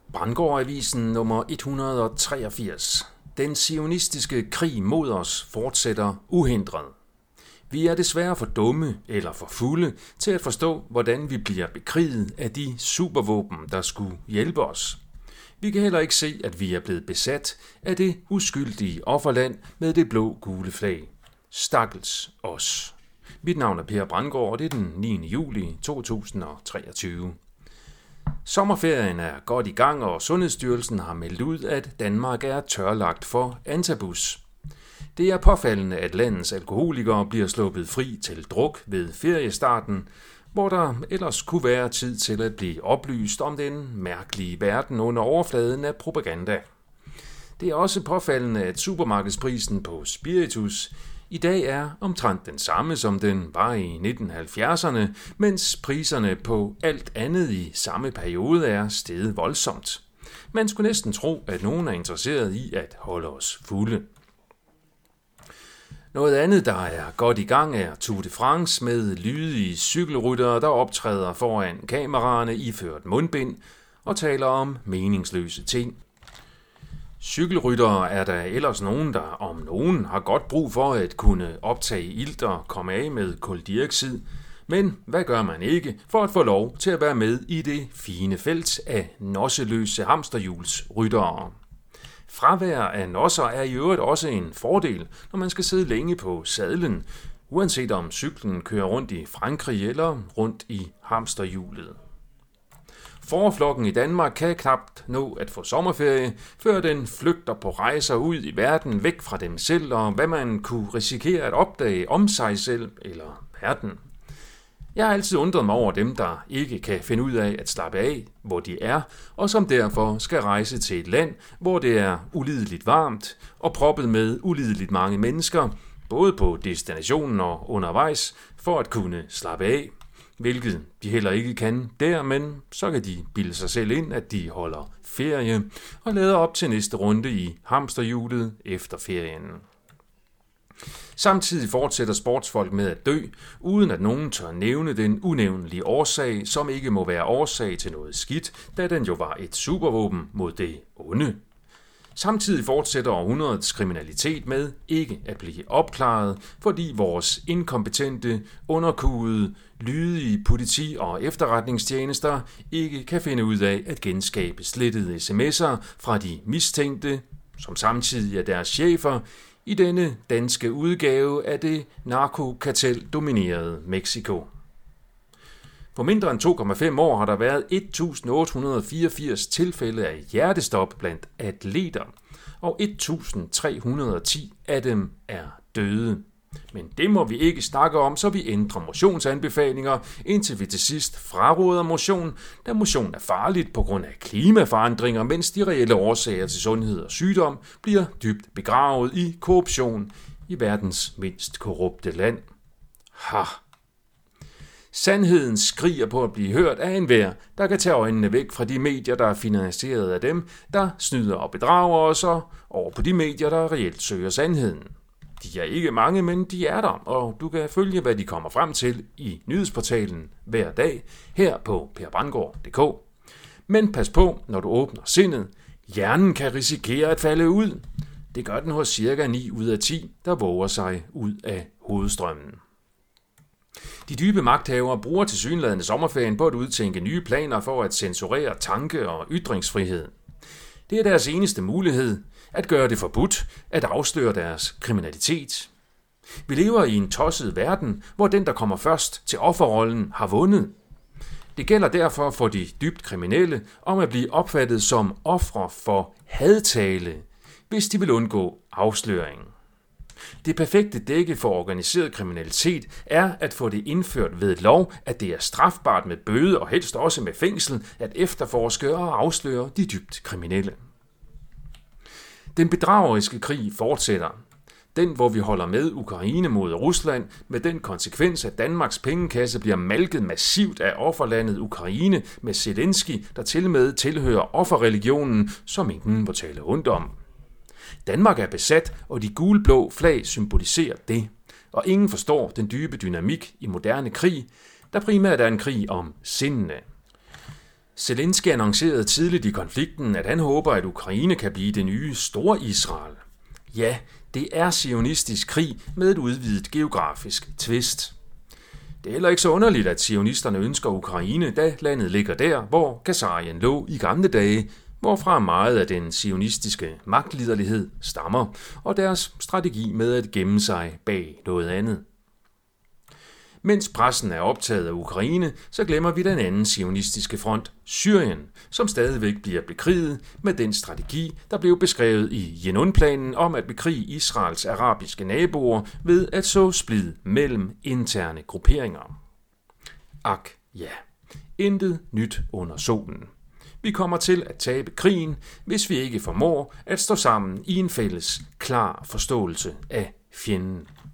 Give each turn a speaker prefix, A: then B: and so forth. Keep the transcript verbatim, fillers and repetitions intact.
A: Brandgård-avisen nummer et hundrede og treogfirs. Den zionistiske krig mod os fortsætter uhindret. Vi er desværre for dumme eller for fulde til at forstå, hvordan vi bliver bekriget af de supervåben, der skulle hjælpe os. Vi kan heller ikke se, at vi er blevet besat af det uskyldige offerland med det blå-gule flag. Stakkels os. Mit navn er Per Brandgård, og det er den niende juli to tusind og treogtyve. Sommerferien er godt i gang, og Sundhedsstyrelsen har meldt ud, at Danmark er tørlagt for antabus. Det er påfaldende, at landets alkoholikere bliver sluppet fri til druk ved feriestarten, hvor der ellers kunne være tid til at blive oplyst om den mærkelige verden under overfladen af propaganda. Det er også påfaldende, at supermarkedsprisen på spiritus i dag er omtrent den samme, som den var i nitten halvfjerdserne, mens priserne på alt andet i samme periode er steget voldsomt. Man skulle næsten tro, at nogen er interesseret i at holde os fulde. Noget andet, der er godt i gang, er Tour de France med lydige cykelryttere, der optræder foran kameraerne iført mundbind og taler om meningsløse ting. Cykelryttere er der ellers nogen, der om nogen har godt brug for at kunne optage ilt og komme af med kuldioxid. Men hvad gør man ikke for at få lov til at være med i det fine felt af nosseløse hamsterhjulsryttere? Fravær af nosser er i øvrigt også en fordel, når man skal sidde længe på sadlen, uanset om cyklen kører rundt i Frankrig eller rundt i hamsterhjulet. Fåreflokken i Danmark kan knapt nå at få sommerferie, før den flygter på rejser ud i verden væk fra dem selv og hvad man kunne risikere at opdage om sig selv eller verden. Jeg har altid undret mig over dem, der ikke kan finde ud af at slappe af, hvor de er, og som derfor skal rejse til et land, hvor det er ulideligt varmt og proppet med ulideligt mange mennesker, både på destinationen og undervejs, for at kunne slappe af. Hvilket de heller ikke kan der, men så kan de bilde sig selv ind, at de holder ferie og lader op til næste runde i hamsterhjulet efter ferien. Samtidig fortsætter sportsfolk med at dø, uden at nogen tør nævne den unævnlige årsag, som ikke må være årsag til noget skidt, da den jo var et supervåben mod det onde. Samtidig fortsætter århundredets kriminalitet med ikke at blive opklaret, fordi vores inkompetente, underkugede, lydige politi- og efterretningstjenester ikke kan finde ud af at genskabe slettede sms'er fra de mistænkte, som samtidig er deres chefer, i denne danske udgave af det narkokartel-dominerede Mexico. På mindre end to komma fem år har der været et tusind otte hundrede og fireogfirs tilfælde af hjertestop blandt atleter, og et tusind tre hundrede og ti af dem er døde. Men det må vi ikke snakke om, så vi ændrer motionsanbefalinger, indtil vi til sidst fraråder motion, da motion er farligt på grund af klimaforandringer, mens de reelle årsager til sundhed og sygdom bliver dybt begravet i korruption i verdens mindst korrupte land. Ha! Sandheden skriger på at blive hørt af enhver, der kan tage øjnene væk fra de medier, der er finansieret af dem, der snyder og bedrager os, og over på de medier, der reelt søger sandheden. De er ikke mange, men de er der, og du kan følge, hvad de kommer frem til i nyhedsportalen hver dag her på per brandgård punktum d k. Men pas på, når du åbner sindet. Hjernen kan risikere at falde ud. Det gør den hos cirka ni ud af ti, der våger sig ud af hovedstrømmen. De dybe magthavere bruger tilsyneladende sommerferien på at udtænke nye planer for at censurere tanke- og ytringsfrihed. Det er deres eneste mulighed, at gøre det forbudt, at afsløre deres kriminalitet. Vi lever i en tosset verden, hvor den, der kommer først til offerrollen, har vundet. Det gælder derfor for de dybt kriminelle om at blive opfattet som ofre for hadtale, hvis de vil undgå afsløring. Det perfekte dække for organiseret kriminalitet er at få det indført ved lov, at det er strafbart med bøde og helst også med fængsel at efterforske og afsløre de dybt kriminelle. Den bedrageriske krig fortsætter. Den, hvor vi holder med Ukraine mod Rusland, med den konsekvens, at Danmarks pengekasse bliver malket massivt af offerlandet Ukraine med Zelensky, der til med tilhører offerreligionen, som ingen må tale ondt om. Danmark er besat, og de gulblå flag symboliserer det, og ingen forstår den dybe dynamik i moderne krig, der primært er en krig om sindene. Zelensky annoncerede tidligt i konflikten, at han håber, at Ukraine kan blive det nye store Israel. Ja, det er zionistisk krig med et udvidet geografisk twist. Det er heller ikke så underligt, at zionisterne ønsker Ukraine, da landet ligger der, hvor Khazarien lå i gamle dage, hvorfra meget af den zionistiske magtliderlighed stammer, og deres strategi med at gemme sig bag noget andet. Mens pressen er optaget af Ukraine, så glemmer vi den anden zionistiske front, Syrien, som stadigvæk bliver bekriget med den strategi, der blev beskrevet i Yenun-planen om at bekrige Israels arabiske naboer ved at så splid mellem interne grupperinger. Ak, ja. Intet nyt under solen. Vi kommer til at tabe krigen, hvis vi ikke formår at stå sammen i en fælles, klar forståelse af fjenden.